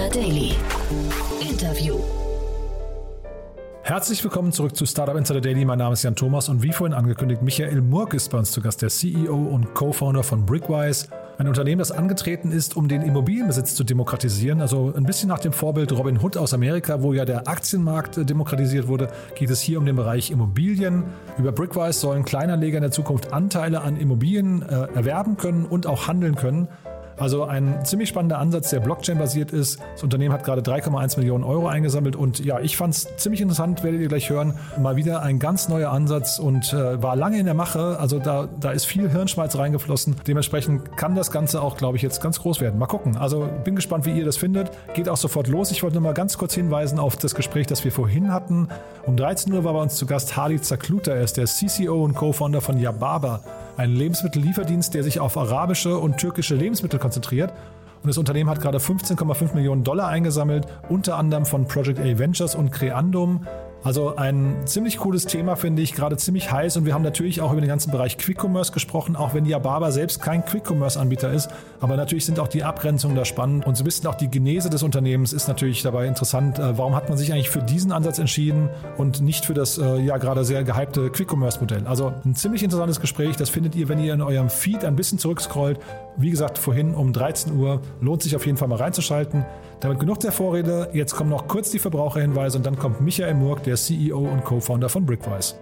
Daily. Interview. Herzlich willkommen zurück zu Startup Insider Daily. Mein Name ist Jan Thomas und wie vorhin angekündigt, Michael Murk ist bei uns zu Gast, der CEO und Co-Founder von Brickwise. Ein Unternehmen, das angetreten ist, um den Immobilienbesitz zu demokratisieren. Also ein bisschen nach dem Vorbild Robin Hood aus Amerika, wo ja der Aktienmarkt demokratisiert wurde, geht es hier um den Bereich Immobilien. Über Brickwise sollen Kleinanleger in der Zukunft Anteile an Immobilien erwerben können und auch handeln können. Also ein ziemlich spannender Ansatz, der Blockchain-basiert ist. Das Unternehmen hat gerade 3,1 Millionen Euro eingesammelt und ja, ich fand es ziemlich interessant, werdet ihr gleich hören. Mal wieder ein ganz neuer Ansatz und war lange in der Mache. Also da ist viel Hirnschmalz reingeflossen. Dementsprechend kann das Ganze auch, glaube ich, jetzt ganz groß werden. Mal gucken. Also bin gespannt, wie ihr das findet. Geht auch sofort los. Ich wollte nur mal ganz kurz hinweisen auf das Gespräch, das wir vorhin hatten. Um 13 Uhr war bei uns zu Gast Halid Zakluta. Er ist der CCO und Co-Founder von Yababa, ein Lebensmittellieferdienst, der sich auf arabische und türkische Lebensmittel konzentriert. Und das Unternehmen hat gerade 15,5 Millionen Dollar eingesammelt, unter anderem von Project A Ventures und Creandum. Also ein ziemlich cooles Thema, finde ich, gerade ziemlich heiß. Und wir haben natürlich auch über den ganzen Bereich Quick Commerce gesprochen, auch wenn Yababa selbst kein Quick Commerce Anbieter ist. Aber natürlich sind auch die Abgrenzungen da spannend. Und so ein bisschen auch die Genese des Unternehmens ist natürlich dabei interessant. Warum hat man sich eigentlich für diesen Ansatz entschieden und nicht für das gerade sehr gehypte Quick Commerce Modell? Also ein ziemlich interessantes Gespräch. Das findet ihr, wenn ihr in eurem Feed ein bisschen zurückscrollt. Wie gesagt, vorhin um 13 Uhr. Lohnt sich auf jeden Fall mal reinzuschalten. Damit genug der Vorrede. Jetzt kommen noch kurz die Verbraucherhinweise und dann kommt Michael Murk, der CEO und Co-Founder von Brickwise.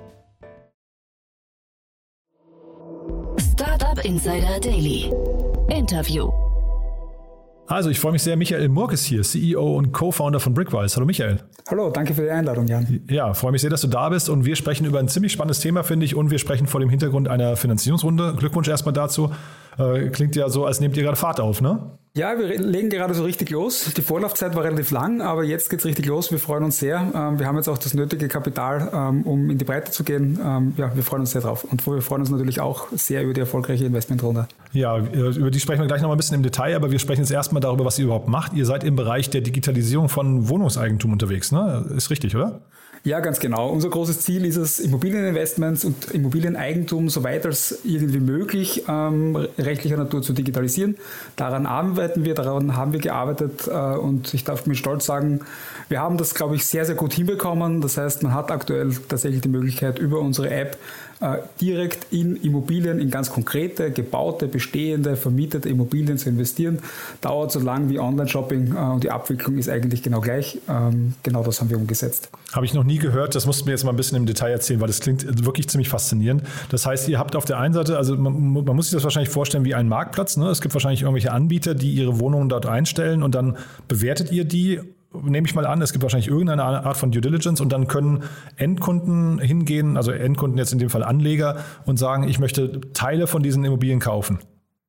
Startup Insider Daily. Interview. Also ich freue mich sehr, Michael Murk ist hier, CEO und Co-Founder von Brickwise. Hallo Michael. Hallo, danke für die Einladung, Jan. Ja, freue mich sehr, dass du da bist und wir sprechen über ein ziemlich spannendes Thema, finde ich, und wir sprechen vor dem Hintergrund einer Finanzierungsrunde. Glückwunsch erstmal dazu. Klingt ja so, als nehmt ihr gerade Fahrt auf, ne? Ja, wir legen gerade so richtig los. Die Vorlaufzeit war relativ lang, aber jetzt geht's richtig los. Wir freuen uns sehr. Wir haben jetzt auch das nötige Kapital, um in die Breite zu gehen. Ja, wir freuen uns sehr drauf. Und wir freuen uns natürlich auch sehr über die erfolgreiche Investmentrunde. Ja, über die sprechen wir gleich noch mal ein bisschen im Detail, aber wir sprechen jetzt erstmal darüber, was ihr überhaupt macht. Ihr seid im Bereich der Digitalisierung von Wohnungseigentum unterwegs, ne? Ist richtig, oder? Ja, ganz genau. Unser großes Ziel ist es, Immobilieninvestments und Immobilieneigentum so weit als irgendwie möglich rechtlicher Natur zu digitalisieren. Daran arbeiten wir, daran haben wir gearbeitet und ich darf mit Stolz sagen, wir haben das, glaube ich, sehr, sehr gut hinbekommen. Das heißt, man hat aktuell tatsächlich die Möglichkeit, über unsere App direkt in Immobilien, in ganz konkrete, gebaute, bestehende, vermietete Immobilien zu investieren. Dauert so lang wie Online-Shopping und die Abwicklung ist eigentlich genau gleich. Genau das haben wir umgesetzt. Habe ich noch nie gehört. Das musst du mir jetzt mal ein bisschen im Detail erzählen, weil das klingt wirklich ziemlich faszinierend. Das heißt, ihr habt auf der einen Seite, also man muss sich das wahrscheinlich vorstellen wie einen Marktplatz, ne? Es gibt wahrscheinlich irgendwelche Anbieter, die ihre Wohnungen dort einstellen und dann bewertet ihr die. Nehme ich mal an, es gibt wahrscheinlich irgendeine Art von Due Diligence und dann können Endkunden hingehen, also Endkunden jetzt in dem Fall Anleger und sagen, ich möchte Teile von diesen Immobilien kaufen.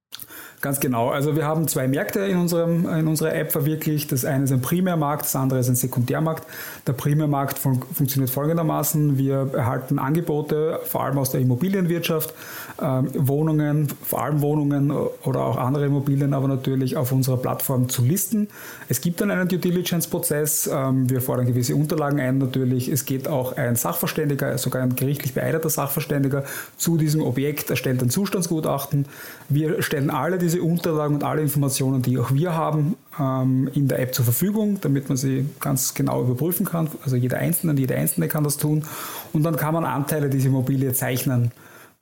Ganz genau. Also wir haben zwei Märkte in unserer App verwirklicht. Das eine ist ein Primärmarkt, das andere ist ein Sekundärmarkt. Der Primärmarkt funktioniert folgendermaßen. Wir erhalten Angebote, vor allem aus der Immobilienwirtschaft, Wohnungen, vor allem Wohnungen oder auch andere Immobilien, aber natürlich auf unserer Plattform zu listen. Es gibt dann einen Due Diligence-Prozess. Wir fordern gewisse Unterlagen ein natürlich. Es geht auch ein Sachverständiger, sogar ein gerichtlich beeiderter Sachverständiger zu diesem Objekt, erstellt ein Zustandsgutachten. Wir stellen alle diese Unterlagen und alle Informationen, die auch wir haben, in der App zur Verfügung, damit man sie ganz genau überprüfen kann. Also jeder Einzelne kann das tun. Und dann kann man Anteile dieser Immobilie zeichnen.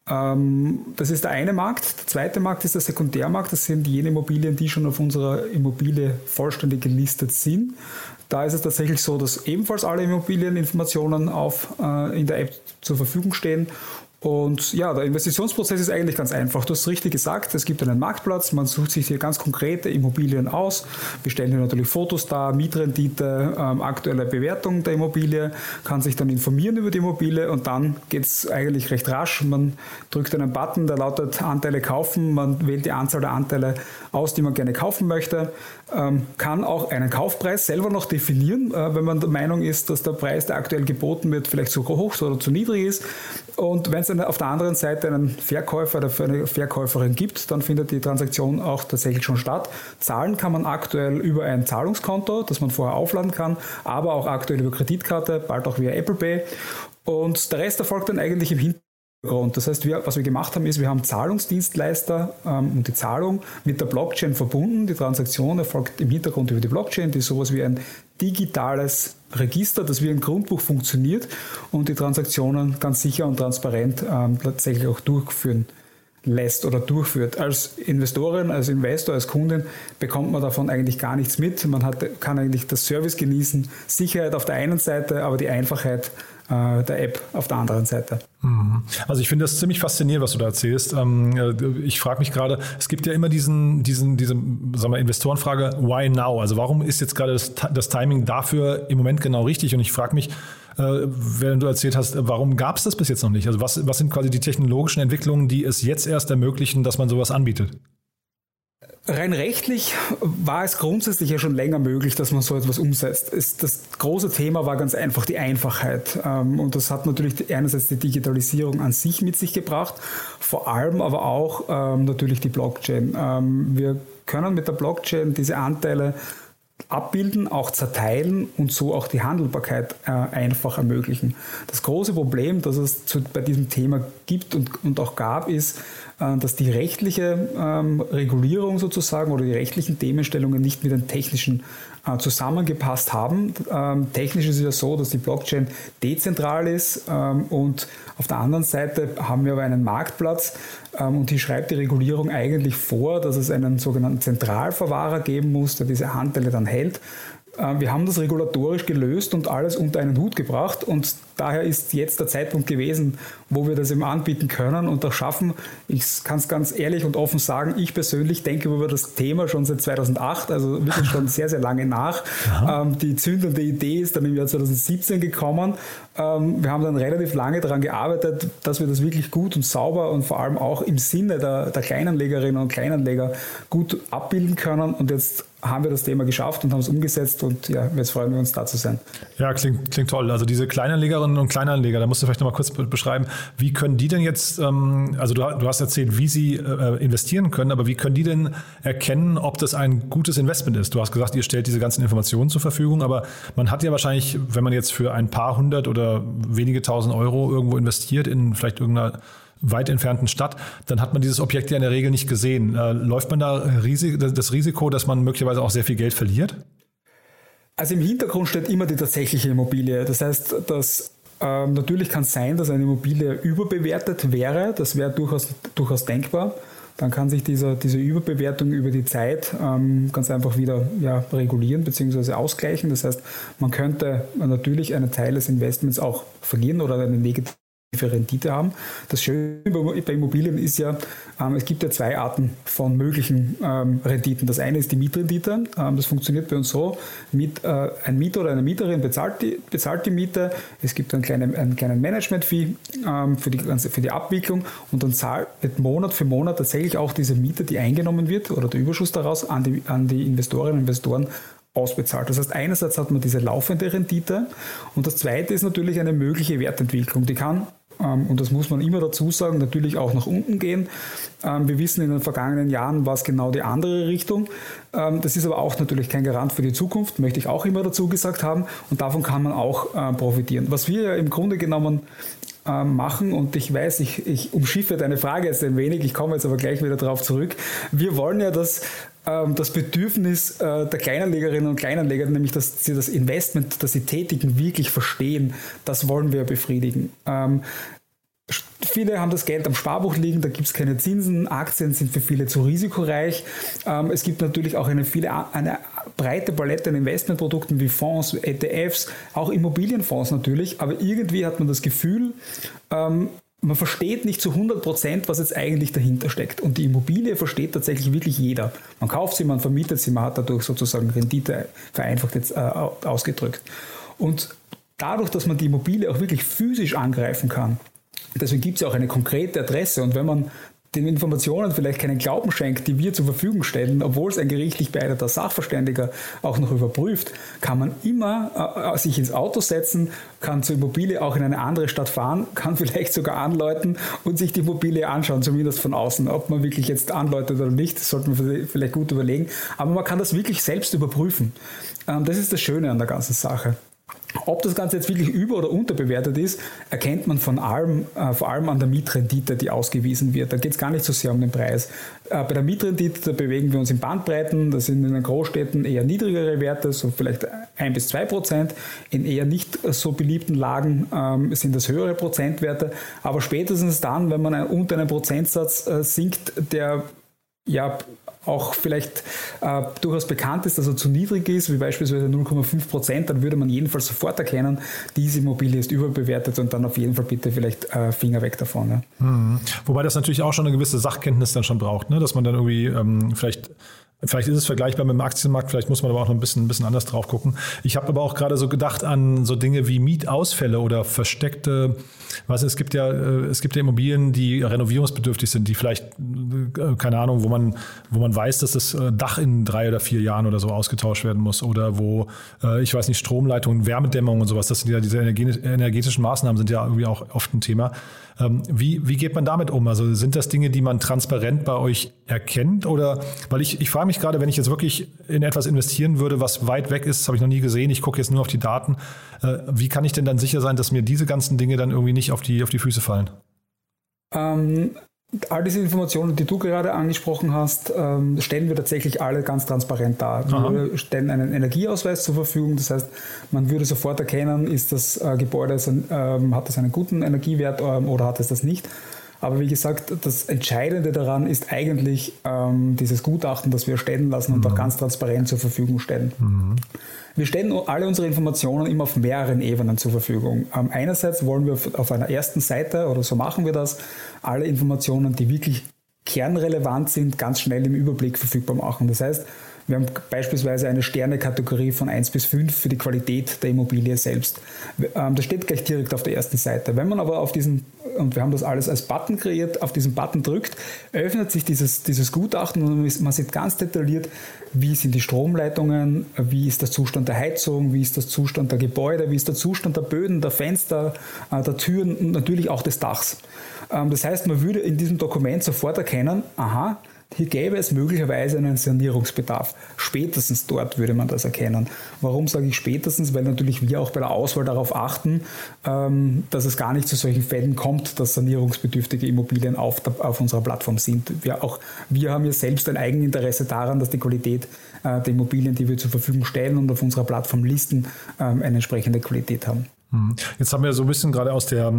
Das ist der eine Markt. Der zweite Markt ist der Sekundärmarkt. Das sind jene Immobilien, die schon auf unserer Immobilie vollständig gelistet sind. Da ist es tatsächlich so, dass ebenfalls alle Immobilieninformationen in der App zur Verfügung stehen. Und ja, der Investitionsprozess ist eigentlich ganz einfach. Du hast es richtig gesagt, es gibt einen Marktplatz, man sucht sich hier ganz konkrete Immobilien aus. Wir stellen hier natürlich Fotos dar, Mietrendite, aktuelle Bewertung der Immobilie, kann sich dann informieren über die Immobilie und dann geht es eigentlich recht rasch. Man drückt einen Button, der lautet Anteile kaufen, man wählt die Anzahl der Anteile aus, die man gerne kaufen möchte, kann auch einen Kaufpreis selber noch definieren, wenn man der Meinung ist, dass der Preis, der aktuell geboten wird, vielleicht zu hoch oder zu niedrig ist. Und wenn es dann auf der anderen Seite einen Verkäufer oder eine Verkäuferin gibt, dann findet die Transaktion auch tatsächlich schon statt. Zahlen kann man aktuell über ein Zahlungskonto, das man vorher aufladen kann, aber auch aktuell über Kreditkarte, bald auch via Apple Pay. Und der Rest erfolgt dann eigentlich im Hintergrund Das heißt, was wir gemacht haben, ist, wir haben Zahlungsdienstleister und die Zahlung mit der Blockchain verbunden. Die Transaktion erfolgt im Hintergrund über die Blockchain. Die ist sowas wie ein digitales Register, das wie ein Grundbuch funktioniert und die Transaktionen ganz sicher und transparent tatsächlich auch durchführen lässt oder durchführt. Als Investorin, als Investor, als Kundin bekommt man davon eigentlich gar nichts mit. Man kann eigentlich das Service genießen, Sicherheit auf der einen Seite, aber die Einfachheit der App auf der anderen Seite. Also ich finde das ziemlich faszinierend, was du da erzählst. Ich frage mich gerade, es gibt ja immer diese sagen wir, Investorenfrage, why now? Also warum ist jetzt gerade das Timing dafür im Moment genau richtig? Und ich frage mich, während du erzählt hast, warum gab es das bis jetzt noch nicht? Also was sind quasi die technologischen Entwicklungen, die es jetzt erst ermöglichen, dass man sowas anbietet? Rein rechtlich war es grundsätzlich ja schon länger möglich, dass man so etwas umsetzt. Das große Thema war ganz einfach die Einfachheit. Und das hat natürlich einerseits die Digitalisierung an sich mit sich gebracht, vor allem aber auch natürlich die Blockchain. Wir können mit der Blockchain diese Anteile abbilden, auch zerteilen und so auch die Handelbarkeit einfach ermöglichen. Das große Problem, das es bei diesem Thema gibt und auch gab, ist, dass die rechtliche Regulierung sozusagen oder die rechtlichen Themenstellungen nicht mit den technischen zusammengepasst haben. Technisch ist es ja so, dass die Blockchain dezentral ist und auf der anderen Seite haben wir aber einen Marktplatz und die schreibt die Regulierung eigentlich vor, dass es einen sogenannten Zentralverwahrer geben muss, der diese Anteile dann hält. Wir haben das regulatorisch gelöst und alles unter einen Hut gebracht und daher ist jetzt der Zeitpunkt gewesen, wo wir das eben anbieten können und auch schaffen. Ich kann es ganz ehrlich und offen sagen, ich persönlich denke über das Thema schon seit 2008, also wirklich schon sehr, sehr lange nach. Die zündende Idee ist dann im Jahr 2017 gekommen. Wir haben dann relativ lange daran gearbeitet, dass wir das wirklich gut und sauber und vor allem auch im Sinne der Kleinanlegerinnen und Kleinanleger gut abbilden können und jetzt haben wir das Thema geschafft und haben es umgesetzt und ja, jetzt freuen wir uns, da zu sein. Ja, klingt toll. Also diese Kleinanlegerinnen und Kleinanleger, da musst du vielleicht noch mal kurz beschreiben, wie können die denn jetzt, also du hast erzählt, wie sie investieren können, aber wie können die denn erkennen, ob das ein gutes Investment ist? Du hast gesagt, ihr stellt diese ganzen Informationen zur Verfügung, aber man hat ja wahrscheinlich, wenn man jetzt für ein paar hundert oder wenige tausend Euro irgendwo investiert in vielleicht irgendeiner weit entfernten Stadt, dann hat man dieses Objekt ja in der Regel nicht gesehen. Läuft man da das Risiko, dass man möglicherweise auch sehr viel Geld verliert? Also im Hintergrund steht immer die tatsächliche Immobilie. Das heißt, dass natürlich kann es sein, dass eine Immobilie überbewertet wäre. Das wäre durchaus denkbar. Dann kann sich diese Überbewertung über die Zeit ganz einfach wieder regulieren bzw. ausgleichen. Das heißt, man könnte natürlich einen Teil des Investments auch verlieren oder eine negative Rendite haben. Das Schöne bei Immobilien ist ja, es gibt ja zwei Arten von möglichen Renditen. Das eine ist die Mietrendite. Das funktioniert bei uns so, ein Mieter oder eine Mieterin bezahlt die Miete. Es gibt einen kleinen Management-Fee für die Abwicklung und dann wird Monat für Monat tatsächlich auch diese Miete, die eingenommen wird oder der Überschuss daraus an die Investorinnen und Investoren ausbezahlt. Das heißt, einerseits hat man diese laufende Rendite und das zweite ist natürlich eine mögliche Wertentwicklung. Die kann, und das muss man immer dazu sagen, natürlich auch nach unten gehen. Wir wissen, in den vergangenen Jahren war es genau die andere Richtung. Das ist aber auch natürlich kein Garant für die Zukunft, möchte ich auch immer dazu gesagt haben und davon kann man auch profitieren. Was wir ja im Grunde genommen machen und ich weiß, ich umschiffe deine Frage jetzt ein wenig, ich komme jetzt aber gleich wieder darauf zurück. Wir wollen ja das Bedürfnis der Kleinanlegerinnen und Kleinanleger, nämlich dass sie das Investment, das sie tätigen, wirklich verstehen, das wollen wir befriedigen. Viele haben das Geld am Sparbuch liegen, da gibt es keine Zinsen, Aktien sind für viele zu risikoreich. Es gibt natürlich auch eine breite Palette an Investmentprodukten wie Fonds, ETFs, auch Immobilienfonds natürlich, aber irgendwie hat man das Gefühl, man versteht nicht zu 100%, was jetzt eigentlich dahinter steckt. Und die Immobilie versteht tatsächlich wirklich jeder. Man kauft sie, man vermietet sie, man hat dadurch sozusagen Rendite vereinfacht jetzt ausgedrückt. Und dadurch, dass man die Immobilie auch wirklich physisch angreifen kann, deswegen gibt es ja auch eine konkrete Adresse. Und wenn man den Informationen vielleicht keinen Glauben schenkt, die wir zur Verfügung stellen, obwohl es ein gerichtlich beeidneter Sachverständiger auch noch überprüft, kann man immer sich ins Auto setzen, kann zur Immobilie auch in eine andere Stadt fahren, kann vielleicht sogar anläuten und sich die Immobilie anschauen, zumindest von außen. Ob man wirklich jetzt anläutet oder nicht, das sollte man vielleicht gut überlegen. Aber man kann das wirklich selbst überprüfen. Das ist das Schöne an der ganzen Sache. Ob das Ganze jetzt wirklich über- oder unterbewertet ist, erkennt man vor allem an der Mietrendite, die ausgewiesen wird. Da geht es gar nicht so sehr um den Preis. Bei der Mietrendite, da bewegen wir uns in Bandbreiten, das sind in den Großstädten eher niedrigere Werte, so vielleicht 1-2%. In eher nicht so beliebten Lagen sind das höhere Prozentwerte. Aber spätestens dann, wenn man unter einen Prozentsatz sinkt, der ja auch vielleicht durchaus bekannt ist, dass er zu niedrig ist, wie beispielsweise 0,5%, dann würde man jedenfalls sofort erkennen, diese Immobilie ist überbewertet und dann auf jeden Fall bitte vielleicht Finger weg davon. Ja. Wobei das natürlich auch schon eine gewisse Sachkenntnis dann schon braucht, ne? Dass man dann irgendwie Vielleicht ist es vergleichbar mit dem Aktienmarkt, vielleicht muss man aber auch noch ein bisschen anders drauf gucken. Ich habe aber auch gerade so gedacht an so Dinge wie Mietausfälle oder versteckte, es gibt ja Immobilien, die renovierungsbedürftig sind, die vielleicht, keine Ahnung, wo man weiß, dass das Dach in 3 oder 4 Jahren oder so ausgetauscht werden muss oder wo, ich weiß nicht, Stromleitungen, Wärmedämmung und sowas, das sind ja diese energetischen Maßnahmen sind ja irgendwie auch oft ein Thema. Wie geht man damit um? Also sind das Dinge, die man transparent bei euch erkennt? Oder, weil ich frage mich gerade, wenn ich jetzt wirklich in etwas investieren würde, was weit weg ist, das habe ich noch nie gesehen, ich gucke jetzt nur auf die Daten, wie kann ich denn dann sicher sein, dass mir diese ganzen Dinge dann irgendwie nicht auf die Füße fallen? All diese Informationen, die du gerade angesprochen hast, stellen wir tatsächlich alle ganz transparent dar. Wir stellen einen Energieausweis zur Verfügung, das heißt, man würde sofort erkennen, ist das Gebäude, hat es einen guten Energiewert oder hat es das nicht. Aber wie gesagt, das Entscheidende daran ist eigentlich dieses Gutachten, das wir erstellen lassen und auch ganz transparent zur Verfügung stellen. Wir stellen alle unsere Informationen immer auf mehreren Ebenen zur Verfügung. Einerseits wollen wir auf einer ersten Seite, oder so machen wir das, alle Informationen, die wirklich kernrelevant sind, ganz schnell im Überblick verfügbar machen. Das heißt, wir haben beispielsweise eine Sternekategorie von 1 bis 5 für die Qualität der Immobilie selbst. Das steht gleich direkt auf der ersten Seite. Wenn man aber auf diesen, und wir haben das alles als Button kreiert, auf diesen Button drückt, öffnet sich dieses Gutachten und man sieht ganz detailliert, wie sind die Stromleitungen, wie ist der Zustand der Heizung, wie ist der Zustand der Gebäude, wie ist der Zustand der Böden, der Fenster, der Türen und natürlich auch des Dachs. Das heißt, man würde in diesem Dokument sofort erkennen, aha, hier gäbe es möglicherweise einen Sanierungsbedarf. Spätestens dort würde man das erkennen. Warum sage ich spätestens? Weil natürlich wir auch bei der Auswahl darauf achten, dass es gar nicht zu solchen Fällen kommt, dass sanierungsbedürftige Immobilien auf unserer Plattform sind. Wir haben ja selbst ein Eigeninteresse daran, dass die Qualität der Immobilien, die wir zur Verfügung stellen und auf unserer Plattform listen, eine entsprechende Qualität haben. Jetzt haben wir so ein bisschen gerade aus der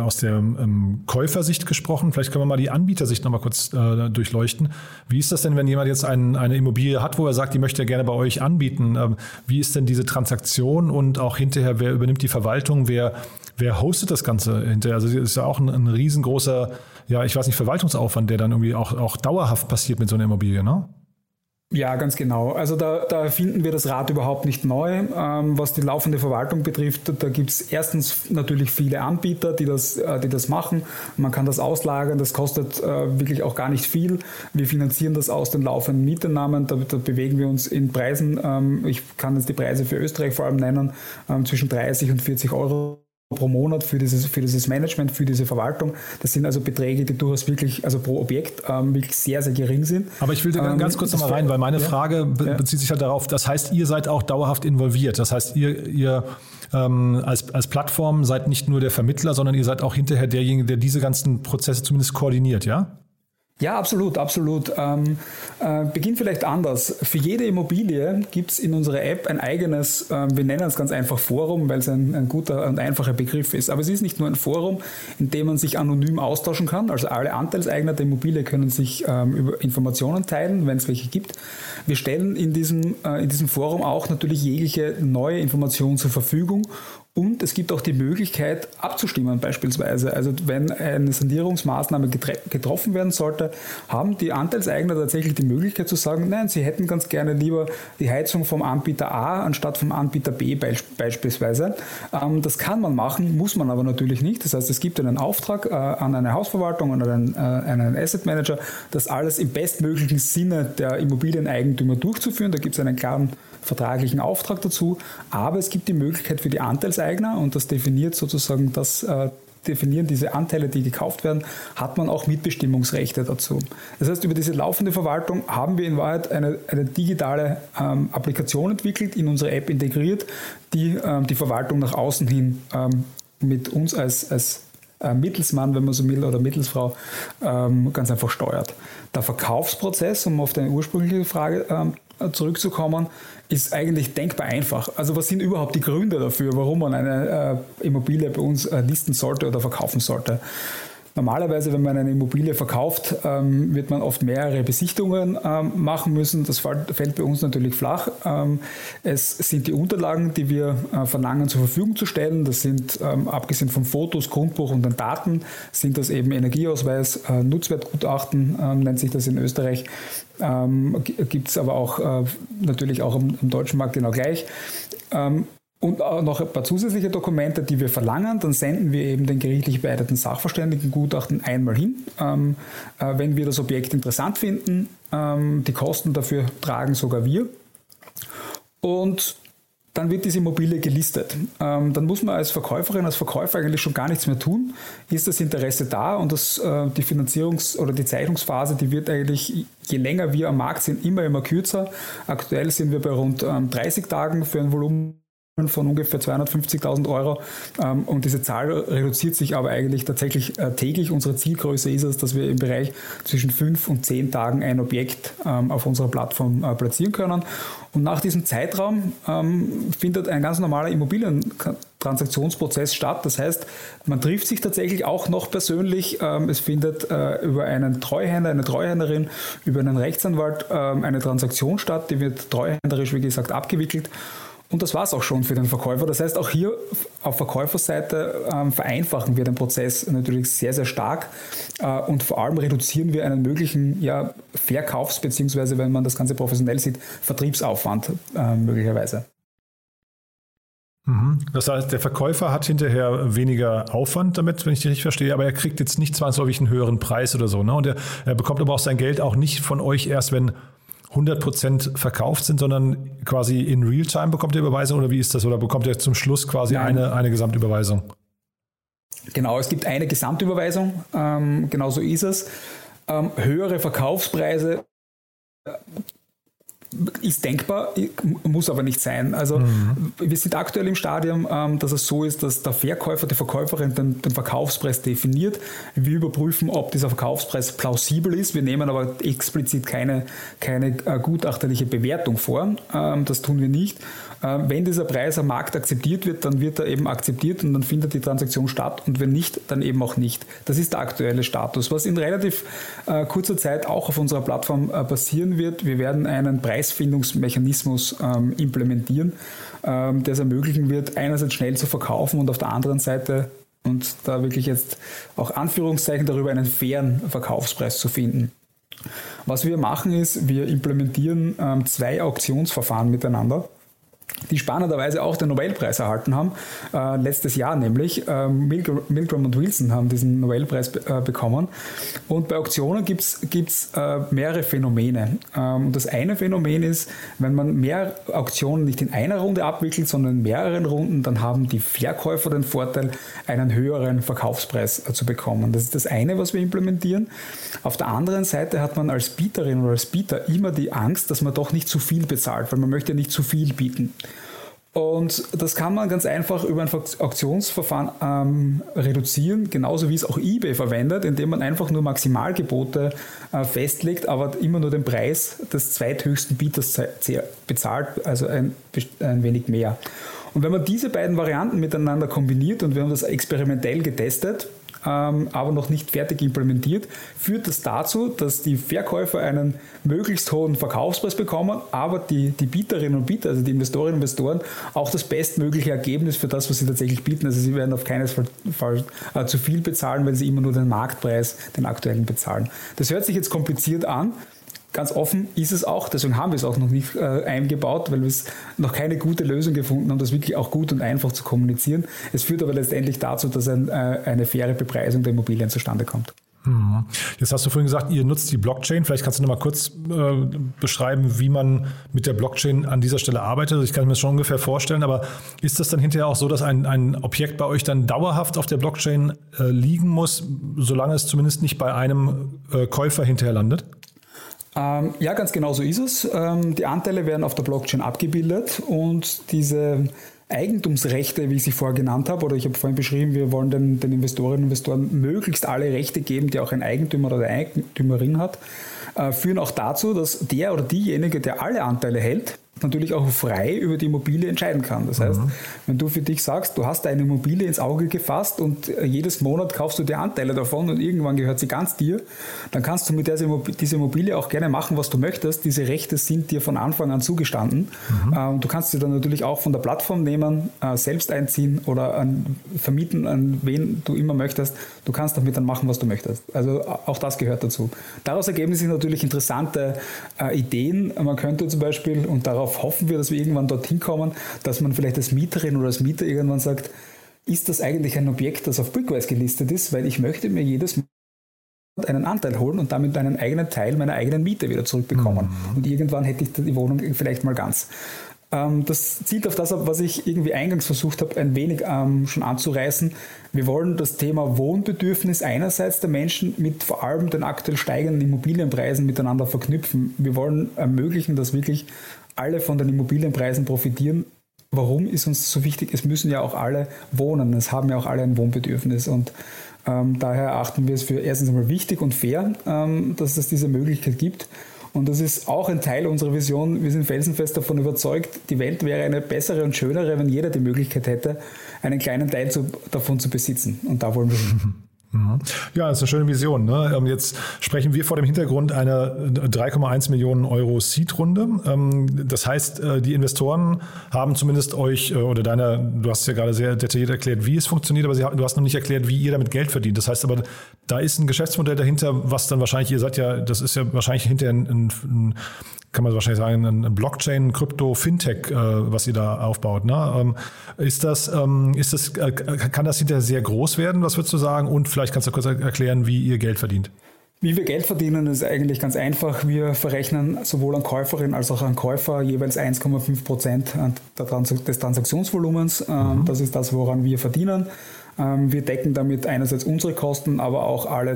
Käufersicht gesprochen. Vielleicht können wir mal die Anbietersicht noch mal kurz durchleuchten. Wie ist das denn, wenn jemand jetzt eine Immobilie hat, wo er sagt, die möchte er gerne bei euch anbieten? Wie ist denn diese Transaktion und auch hinterher, wer übernimmt die Verwaltung? Wer hostet das Ganze hinterher? Also es ist ja auch ein riesengroßer, Verwaltungsaufwand, der dann irgendwie auch dauerhaft passiert mit so einer Immobilie, ne? Ja, ganz genau. Also da finden wir das Rad überhaupt nicht neu. Was die laufende Verwaltung betrifft, da gibt es erstens natürlich viele Anbieter, die das machen. Man kann das auslagern, das kostet wirklich auch gar nicht viel. Wir finanzieren das aus den laufenden Mieteinnahmen, da bewegen wir uns in Preisen, ich kann jetzt die Preise für Österreich vor allem nennen, zwischen 30 und 40 Euro pro Monat für dieses Management, für diese Verwaltung. Das sind also Beträge, die durchaus wirklich, also pro Objekt, wirklich sehr, sehr gering sind. Aber ich will da ganz kurz nochmal rein, weil meine Frage bezieht sich halt darauf, das heißt, ihr seid auch dauerhaft involviert. Das heißt, ihr als Plattform seid nicht nur der Vermittler, sondern ihr seid auch hinterher derjenige, der diese ganzen Prozesse zumindest koordiniert, ja? Ja, absolut. Beginnt vielleicht anders. Für jede Immobilie gibt es in unserer App ein eigenes, wir nennen es ganz einfach Forum, weil es ein guter und einfacher Begriff ist. Aber es ist nicht nur ein Forum, in dem man sich anonym austauschen kann. Also alle Anteilseigner der Immobilie können sich über Informationen teilen, wenn es welche gibt. Wir stellen in diesem Forum auch natürlich jegliche neue Information zur Verfügung. Und es gibt auch die Möglichkeit abzustimmen beispielsweise. Also wenn eine Sanierungsmaßnahme getroffen werden sollte, haben die Anteilseigner tatsächlich die Möglichkeit zu sagen, nein, sie hätten ganz gerne lieber die Heizung vom Anbieter A anstatt vom Anbieter B beispielsweise. Das kann man machen, muss man aber natürlich nicht. Das heißt, es gibt einen Auftrag an eine Hausverwaltung und an einen Asset Manager, das alles im bestmöglichen Sinne der Immobilieneigentümer durchzuführen. Da gibt es einen klaren vertraglichen Auftrag dazu, aber es gibt die Möglichkeit für die Anteilseigner, und das definiert sozusagen definieren diese Anteile, die gekauft werden, hat man auch Mitbestimmungsrechte dazu. Das heißt, über diese laufende Verwaltung haben wir in Wahrheit eine digitale Applikation entwickelt, in unsere App integriert, die die Verwaltung nach außen hin mit uns als Mittelsmann, wenn man so will, oder Mittelsfrau ganz einfach steuert. Der Verkaufsprozess, um auf deine ursprüngliche Frage zurückzukommen, ist eigentlich denkbar einfach. Also was sind überhaupt die Gründe dafür, warum man eine Immobilie bei uns listen sollte oder verkaufen sollte? Normalerweise, wenn man eine Immobilie verkauft, wird man oft mehrere Besichtigungen machen müssen. Das fällt bei uns natürlich flach. Es sind die Unterlagen, die wir verlangen, zur Verfügung zu stellen. Das sind, abgesehen von Fotos, Grundbuch und den Daten, sind das eben Energieausweis, Nutzwertgutachten, nennt sich das in Österreich. Gibt es aber auch natürlich auch im deutschen Markt genau gleich. Und auch noch ein paar zusätzliche Dokumente, die wir verlangen. Dann senden wir eben den gerichtlich beeideten Sachverständigengutachten einmal hin. Wenn wir das Objekt interessant finden, die Kosten dafür tragen sogar wir. Und dann wird diese Immobilie gelistet. Dann muss man als Verkäuferin, als Verkäufer eigentlich schon gar nichts mehr tun. Ist das Interesse da und die Finanzierungs- oder die Zeichnungsphase, die wird eigentlich, je länger wir am Markt sind, immer kürzer. Aktuell sind wir bei rund 30 Tagen für ein Volumen von ungefähr 250.000 Euro und diese Zahl reduziert sich aber eigentlich tatsächlich täglich. Unsere Zielgröße ist es, dass wir im Bereich zwischen 5 und 10 Tagen ein Objekt auf unserer Plattform platzieren können. Und nach diesem Zeitraum findet ein ganz normaler Immobilientransaktionsprozess statt. Das heißt, man trifft sich tatsächlich auch noch persönlich. Es findet über einen Treuhänder, eine Treuhänderin, über einen Rechtsanwalt eine Transaktion statt. Die wird treuhänderisch, wie gesagt, abgewickelt. Und das war es auch schon für den Verkäufer. Das heißt, auch hier auf Verkäuferseite vereinfachen wir den Prozess natürlich sehr, sehr stark und vor allem reduzieren wir einen möglichen Verkaufs- bzw., wenn man das Ganze professionell sieht, Vertriebsaufwand möglicherweise. Das heißt, der Verkäufer hat hinterher weniger Aufwand damit, wenn ich dich richtig verstehe, aber er kriegt jetzt nicht zwangsläufig einen höheren Preis oder so. Ne? Und er bekommt aber auch sein Geld auch nicht von euch erst, wenn 100% verkauft sind, sondern quasi in Realtime bekommt ihr Überweisung oder wie ist das? Oder bekommt ihr zum Schluss quasi eine Gesamtüberweisung? Genau, es gibt eine Gesamtüberweisung, genau so ist es. Höhere Verkaufspreise ist denkbar, muss aber nicht sein. Also wir sind aktuell im Stadium, dass es so ist, dass der Verkäufer, die Verkäuferin den Verkaufspreis definiert. Wir überprüfen, ob dieser Verkaufspreis plausibel ist. Wir nehmen aber explizit keine gutachterliche Bewertung vor. Das tun wir nicht. Wenn dieser Preis am Markt akzeptiert wird, dann wird er eben akzeptiert und dann findet die Transaktion statt und wenn nicht, dann eben auch nicht. Das ist der aktuelle Status. Was in relativ kurzer Zeit auch auf unserer Plattform passieren wird, wir werden einen Preisfindungsmechanismus implementieren, der es ermöglichen wird, einerseits schnell zu verkaufen und auf der anderen Seite und da wirklich jetzt auch Anführungszeichen darüber einen fairen Verkaufspreis zu finden. Was wir machen ist, wir implementieren 2 Auktionsverfahren miteinander, die spannenderweise auch den Nobelpreis erhalten haben, letztes Jahr nämlich. Milgram und Wilson haben diesen Nobelpreis bekommen. Und bei Auktionen gibt's mehrere Phänomene. Und das eine Phänomen ist, wenn man mehr Auktionen nicht in einer Runde abwickelt, sondern in mehreren Runden, dann haben die Verkäufer den Vorteil, einen höheren Verkaufspreis zu bekommen. Das ist das eine, was wir implementieren. Auf der anderen Seite hat man als Bieterin oder als Bieter immer die Angst, dass man doch nicht zu viel bezahlt, weil man möchte ja nicht zu viel bieten. Und das kann man ganz einfach über ein Auktionsverfahren reduzieren, genauso wie es auch eBay verwendet, indem man einfach nur Maximalgebote festlegt, aber immer nur den Preis des zweithöchsten Bieters bezahlt, also ein wenig mehr. Und wenn man diese beiden Varianten miteinander kombiniert, und wir haben das experimentell getestet, aber noch nicht fertig implementiert, führt das dazu, dass die Verkäufer einen möglichst hohen Verkaufspreis bekommen, aber die Bieterinnen und Bieter, also die Investorinnen und Investoren, auch das bestmögliche Ergebnis für das, was sie tatsächlich bieten. Also sie werden auf keinen Fall zu viel bezahlen, weil sie immer nur den Marktpreis, den aktuellen, bezahlen. Das hört sich jetzt kompliziert an. Ganz offen ist es auch, deswegen haben wir es auch noch nicht eingebaut, weil wir noch keine gute Lösung gefunden haben, das wirklich auch gut und einfach zu kommunizieren. Es führt aber letztendlich dazu, dass eine faire Bepreisung der Immobilien zustande kommt. Jetzt hast du vorhin gesagt, ihr nutzt die Blockchain. Vielleicht kannst du noch mal kurz beschreiben, wie man mit der Blockchain an dieser Stelle arbeitet. Also ich kann mir das schon ungefähr vorstellen, aber ist das dann hinterher auch so, dass ein Objekt bei euch dann dauerhaft auf der Blockchain liegen muss, solange es zumindest nicht bei einem Käufer hinterher landet? Ja, ganz genau so ist es. Die Anteile werden auf der Blockchain abgebildet und diese Eigentumsrechte, wie ich sie vorher genannt habe, oder ich habe vorhin beschrieben, wir wollen den Investorinnen und Investoren möglichst alle Rechte geben, die auch ein Eigentümer oder eine Eigentümerin hat, führen auch dazu, dass der oder diejenige, der alle Anteile hält, natürlich auch frei über die Immobilie entscheiden kann. Das heißt, wenn du für dich sagst, du hast eine Immobilie ins Auge gefasst und jedes Monat kaufst du dir Anteile davon und irgendwann gehört sie ganz dir, dann kannst du mit dieser Immobilie auch gerne machen, was du möchtest. Diese Rechte sind dir von Anfang an zugestanden. Du kannst sie dann natürlich auch von der Plattform nehmen, selbst einziehen oder vermieten, an wen du immer möchtest. Du kannst damit dann machen, was du möchtest. Also auch das gehört dazu. Daraus ergeben sich natürlich interessante Ideen. Man könnte zum Beispiel, und darauf hoffen wir, dass wir irgendwann dorthin kommen, dass man vielleicht als Mieterin oder als Mieter irgendwann sagt, ist das eigentlich ein Objekt, das auf Brickwise gelistet ist, weil ich möchte mir jedes Monat einen Anteil holen und damit einen eigenen Teil meiner eigenen Miete wieder zurückbekommen. Und irgendwann hätte ich die Wohnung vielleicht mal ganz. Das zielt auf das ab, was ich irgendwie eingangs versucht habe, ein wenig schon anzureißen. Wir wollen das Thema Wohnbedürfnis einerseits der Menschen mit vor allem den aktuell steigenden Immobilienpreisen miteinander verknüpfen. Wir wollen ermöglichen, dass wirklich alle von den Immobilienpreisen profitieren. Warum ist uns so wichtig? Es müssen ja auch alle wohnen. Es haben ja auch alle ein Wohnbedürfnis. Und daher erachten wir es für erstens einmal wichtig und fair, dass es diese Möglichkeit gibt. Und das ist auch ein Teil unserer Vision. Wir sind felsenfest davon überzeugt, die Welt wäre eine bessere und schönere, wenn jeder die Möglichkeit hätte, einen kleinen Teil davon zu besitzen. Und da wollen wir hin. Ja, das ist eine schöne Vision. Ne? Jetzt sprechen wir vor dem Hintergrund einer 3,1 Millionen Euro Seed-Runde. Das heißt, die Investoren haben zumindest euch oder du hast es ja gerade sehr detailliert erklärt, wie es funktioniert, aber du hast noch nicht erklärt, wie ihr damit Geld verdient. Das heißt aber, da ist ein Geschäftsmodell dahinter, was dann wahrscheinlich, das ist ja wahrscheinlich hinterher kann man wahrscheinlich sagen, ein Blockchain, Krypto, Fintech, was ihr da aufbaut. Ne? Kann das hinterher sehr groß werden? Was würdest du sagen? Und vielleicht kannst du kurz erklären, wie ihr Geld verdient. Wie wir Geld verdienen, ist eigentlich ganz einfach. Wir verrechnen sowohl an Käuferin als auch an Käufer jeweils 1,5% des Transaktionsvolumens. Das ist das, woran wir verdienen. Wir decken damit einerseits unsere Kosten, aber auch alle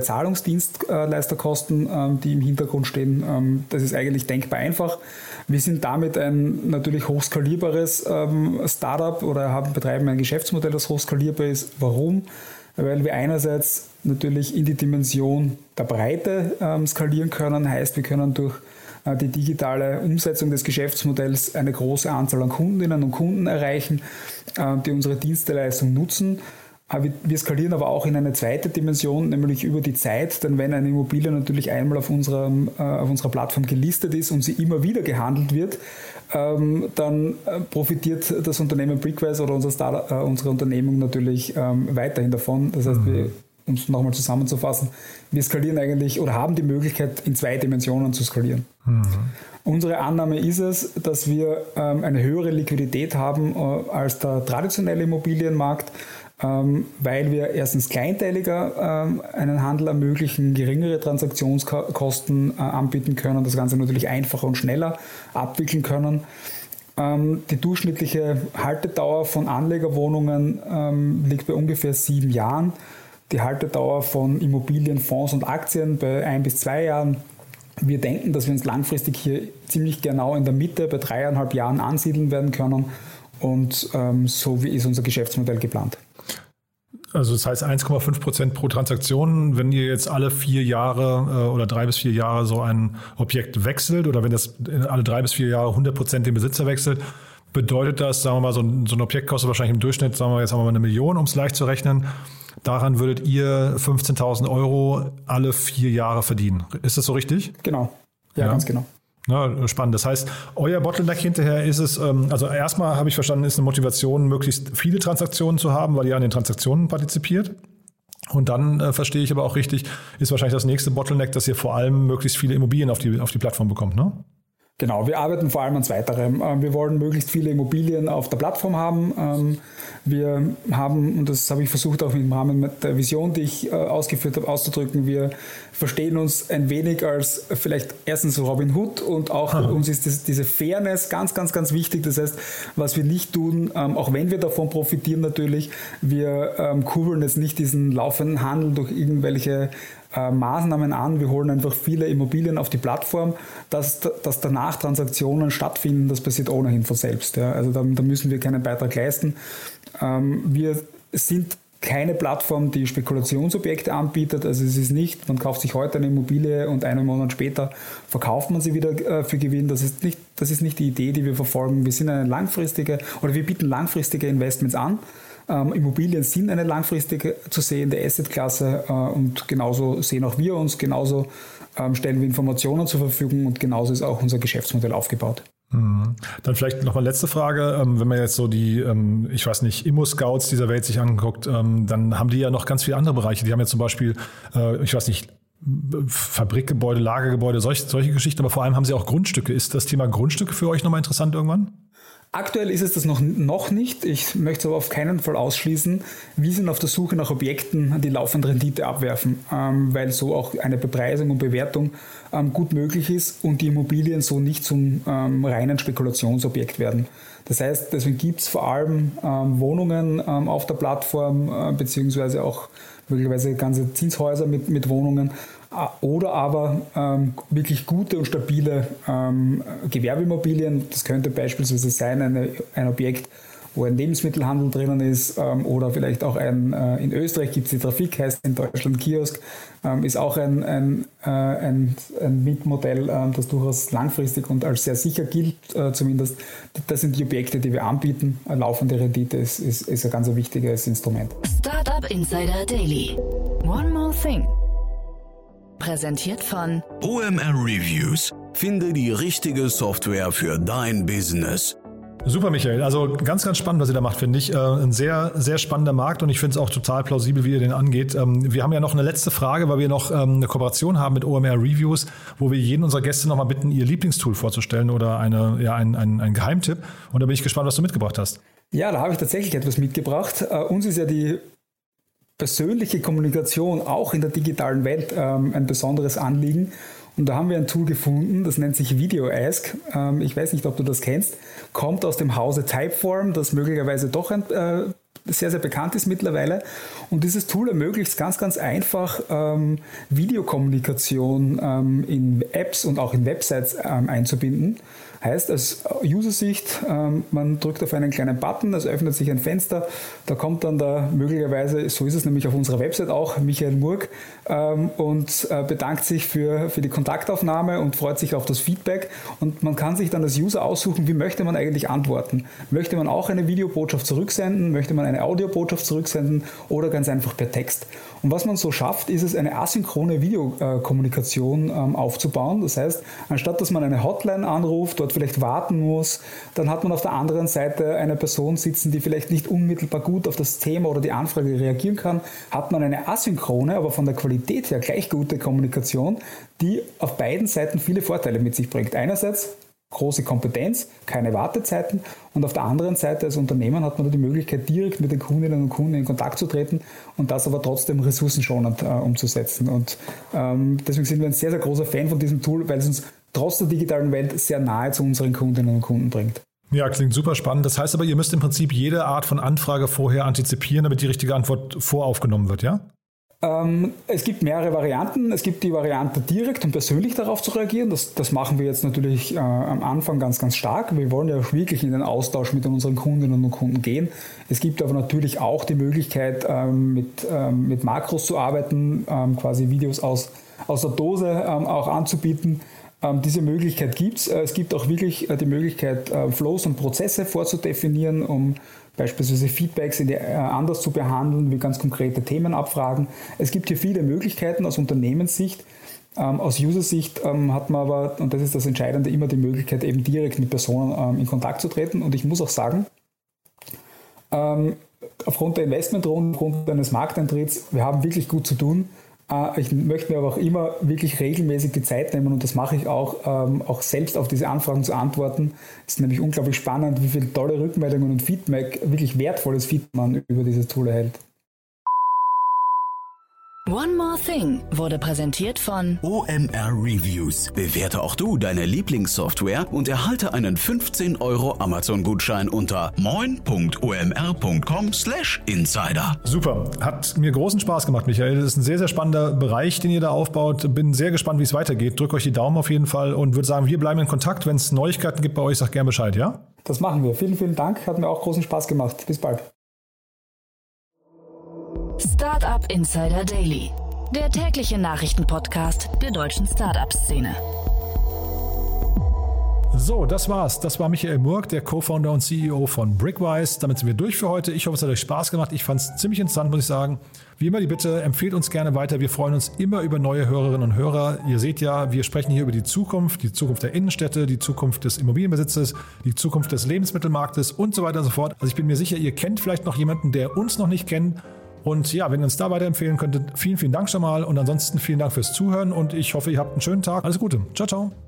Zahlungsdienstleisterkosten, die im Hintergrund stehen. Das ist eigentlich denkbar einfach. Wir sind damit ein natürlich hochskalierbares Startup oder betreiben ein Geschäftsmodell, das hochskalierbar ist. Warum? Weil wir einerseits natürlich in die Dimension der Breite skalieren können. Heißt, wir können durch die digitale Umsetzung des Geschäftsmodells eine große Anzahl an Kundinnen und Kunden erreichen, die unsere Dienstleistung nutzen. Wir skalieren aber auch in eine zweite Dimension, nämlich über die Zeit, denn wenn eine Immobilie natürlich einmal auf unserer Plattform gelistet ist und sie immer wieder gehandelt wird, dann profitiert das Unternehmen Brickwise oder unsere Unternehmung natürlich weiterhin davon. Das heißt, um es nochmal zusammenzufassen, wir skalieren eigentlich oder haben die Möglichkeit, in zwei Dimensionen zu skalieren. Unsere Annahme ist es, dass wir eine höhere Liquidität haben als der traditionelle Immobilienmarkt, weil wir erstens kleinteiliger einen Handel ermöglichen, geringere Transaktionskosten anbieten können, das Ganze natürlich einfacher und schneller abwickeln können. Die durchschnittliche Haltedauer von Anlegerwohnungen liegt bei ungefähr 7 Jahren. Die Haltedauer von Immobilienfonds und Aktien bei 1 bis 2 Jahren. Wir denken, dass wir uns langfristig hier ziemlich genau in der Mitte bei 3,5 Jahren ansiedeln werden können. Und so ist unser Geschäftsmodell geplant. Also das heißt 1,5% pro Transaktion, wenn ihr jetzt alle 4 Jahre oder 3 bis 4 Jahre so ein Objekt wechselt oder wenn das alle 3 bis 4 Jahre 100% den Besitzer wechselt, bedeutet das, sagen wir mal, so ein Objekt kostet wahrscheinlich im Durchschnitt, sagen wir jetzt haben wir mal 1 Million, um es leicht zu rechnen. Daran würdet ihr 15.000 Euro alle 4 Jahre verdienen. Ist das so richtig? Genau, ja. Ganz genau. Ja, spannend. Das heißt, euer Bottleneck hinterher ist es, also erstmal habe ich verstanden, ist eine Motivation, möglichst viele Transaktionen zu haben, weil ihr an den Transaktionen partizipiert. Und dann verstehe ich aber auch richtig, ist wahrscheinlich das nächste Bottleneck, dass ihr vor allem möglichst viele Immobilien auf die Plattform bekommt, ne? Genau, wir arbeiten vor allem an zweiterem. Wir wollen möglichst viele Immobilien auf der Plattform haben. Wir haben, und das habe ich versucht auch im Rahmen der Vision, die ich ausgeführt habe, auszudrücken, wir verstehen uns ein wenig als vielleicht erstens Robin Hood und auch uns ist diese Fairness ganz, ganz, ganz wichtig. Das heißt, was wir nicht tun, auch wenn wir davon profitieren natürlich, wir kurbeln jetzt nicht diesen laufenden Handel durch irgendwelche Maßnahmen an. Wir holen einfach viele Immobilien auf die Plattform, dass danach Transaktionen stattfinden, das passiert ohnehin von selbst. Ja. Also da müssen wir keinen Beitrag leisten. Wir sind keine Plattform, die Spekulationsobjekte anbietet. Also es ist nicht, man kauft sich heute eine Immobilie und einen Monat später verkauft man sie wieder für Gewinn. Das ist nicht die Idee, die wir verfolgen. Wir sind wir bieten langfristige Investments an. Immobilien sind eine langfristige zu sehende Assetklasse und genauso sehen auch wir uns, genauso stellen wir Informationen zur Verfügung und genauso ist auch unser Geschäftsmodell aufgebaut. Dann vielleicht noch mal letzte Frage, wenn man jetzt so die, ich weiß nicht, Immo-Scouts dieser Welt sich anguckt, dann haben die ja noch ganz viele andere Bereiche. Die haben ja zum Beispiel, ich weiß nicht, Fabrikgebäude, Lagergebäude, solche Geschichten, aber vor allem haben sie auch Grundstücke. Ist das Thema Grundstücke für euch nochmal interessant irgendwann? Aktuell ist es das noch nicht. Ich möchte es aber auf keinen Fall ausschließen. Wir sind auf der Suche nach Objekten, die laufend Rendite abwerfen, weil so auch eine Bepreisung und Bewertung gut möglich ist und die Immobilien so nicht zum reinen Spekulationsobjekt werden. Das heißt, deswegen gibt es vor allem Wohnungen auf der Plattform, beziehungsweise auch möglicherweise ganze Zinshäuser mit Wohnungen. Oder aber wirklich gute und stabile Gewerbeimmobilien. Das könnte beispielsweise sein, ein Objekt, wo ein Lebensmittelhandel drinnen ist oder vielleicht auch in Österreich gibt es die Trafik, heißt in Deutschland Kiosk, ist auch ein Mietmodell, das durchaus langfristig und als sehr sicher gilt zumindest. Das sind die Objekte, die wir anbieten. Laufende Rendite ist ein ganz wichtiges Instrument. Startup Insider Daily. One more thing. Präsentiert von OMR Reviews. Finde die richtige Software für dein Business. Super, Michael. Also ganz, ganz spannend, was ihr da macht, finde ich. Ein sehr, sehr spannender Markt und ich finde es auch total plausibel, wie ihr den angeht. Wir haben ja noch eine letzte Frage, weil wir noch eine Kooperation haben mit OMR Reviews, wo wir jeden unserer Gäste nochmal bitten, ihr Lieblingstool vorzustellen oder einen Geheimtipp. Und da bin ich gespannt, was du mitgebracht hast. Ja, da habe ich tatsächlich etwas mitgebracht. Uns ist ja die persönliche Kommunikation auch in der digitalen Welt ein besonderes Anliegen. Und da haben wir ein Tool gefunden, das nennt sich VideoAsk. Ich weiß nicht, ob du das kennst. Kommt aus dem Hause Typeform, das möglicherweise doch sehr, sehr bekannt ist mittlerweile. Und dieses Tool ermöglicht es ganz, ganz einfach, Videokommunikation in Apps und auch in Websites einzubinden. Heißt, aus User-Sicht, man drückt auf einen kleinen Button, es öffnet sich ein Fenster, da kommt dann möglicherweise, so ist es nämlich auf unserer Website auch, Michael Murg und bedankt sich für die Kontaktaufnahme und freut sich auf das Feedback und man kann sich dann als User aussuchen, wie möchte man eigentlich antworten. Möchte man auch eine Videobotschaft zurücksenden, möchte man eine Audiobotschaft zurücksenden oder ganz einfach per Text. Und was man so schafft, ist es, eine asynchrone Videokommunikation aufzubauen. Das heißt, anstatt dass man eine Hotline anruft, dort vielleicht warten muss, dann hat man auf der anderen Seite eine Person sitzen, die vielleicht nicht unmittelbar gut auf das Thema oder die Anfrage reagieren kann, hat man eine asynchrone, aber von der Qualität her gleich gute Kommunikation, die auf beiden Seiten viele Vorteile mit sich bringt. Einerseits große Kompetenz, keine Wartezeiten und auf der anderen Seite als Unternehmen hat man die Möglichkeit, direkt mit den Kundinnen und Kunden in Kontakt zu treten und das aber trotzdem ressourcenschonend umzusetzen. Und deswegen sind wir ein sehr, sehr großer Fan von diesem Tool, weil es uns trotz der digitalen Welt sehr nahe zu unseren Kundinnen und Kunden bringt. Ja, klingt super spannend. Das heißt aber, ihr müsst im Prinzip jede Art von Anfrage vorher antizipieren, damit die richtige Antwort voraufgenommen wird, ja? Es gibt mehrere Varianten. Es gibt die Variante, direkt und persönlich darauf zu reagieren. Das machen wir jetzt natürlich am Anfang ganz, ganz stark. Wir wollen ja wirklich in den Austausch mit unseren Kundinnen und Kunden gehen. Es gibt aber natürlich auch die Möglichkeit, mit Makros zu arbeiten, quasi Videos aus der Dose auch anzubieten. Diese Möglichkeit gibt es. Es gibt auch wirklich die Möglichkeit, Flows und Prozesse vorzudefinieren, um beispielsweise Feedbacks anders zu behandeln, wie ganz konkrete Themenabfragen. Es gibt hier viele Möglichkeiten aus Unternehmenssicht. Aus User-Sicht hat man aber, und das ist das Entscheidende, immer die Möglichkeit, eben direkt mit Personen in Kontakt zu treten. Und ich muss auch sagen, aufgrund der Investmentrunde, aufgrund eines Markteintritts, wir haben wirklich gut zu tun. Ich möchte mir aber auch immer wirklich regelmäßig die Zeit nehmen und das mache ich auch selbst auf diese Anfragen zu antworten. Es ist nämlich unglaublich spannend, wie viele tolle Rückmeldungen und Feedback, wirklich wertvolles Feedback man über dieses Tool erhält. One More Thing wurde präsentiert von OMR Reviews. Bewerte auch du deine Lieblingssoftware und erhalte einen 15 € Amazon-Gutschein unter moin.omr.com/insider. Super, hat mir großen Spaß gemacht, Michael. Das ist ein sehr, sehr spannender Bereich, den ihr da aufbaut. Bin sehr gespannt, wie es weitergeht. Drückt euch die Daumen auf jeden Fall und würde sagen, wir bleiben in Kontakt. Wenn es Neuigkeiten gibt bei euch, sagt gerne Bescheid, ja? Das machen wir. Vielen, vielen Dank. Hat mir auch großen Spaß gemacht. Bis bald. Startup Insider Daily, der tägliche Nachrichtenpodcast der deutschen Startup-Szene. So, das war's. Das war Michael Murk, der Co-Founder und CEO von Brickwise. Damit sind wir durch für heute. Ich hoffe, es hat euch Spaß gemacht. Ich fand es ziemlich interessant, muss ich sagen. Wie immer die Bitte, empfehlt uns gerne weiter. Wir freuen uns immer über neue Hörerinnen und Hörer. Ihr seht ja, wir sprechen hier über die Zukunft der Innenstädte, die Zukunft des Immobilienbesitzes, die Zukunft des Lebensmittelmarktes und so weiter und so fort. Also ich bin mir sicher, ihr kennt vielleicht noch jemanden, der uns noch nicht kennt. Und ja, wenn ihr uns da weiterempfehlen könntet, vielen, vielen Dank schon mal. Und ansonsten vielen Dank fürs Zuhören und ich hoffe, ihr habt einen schönen Tag. Alles Gute. Ciao, ciao.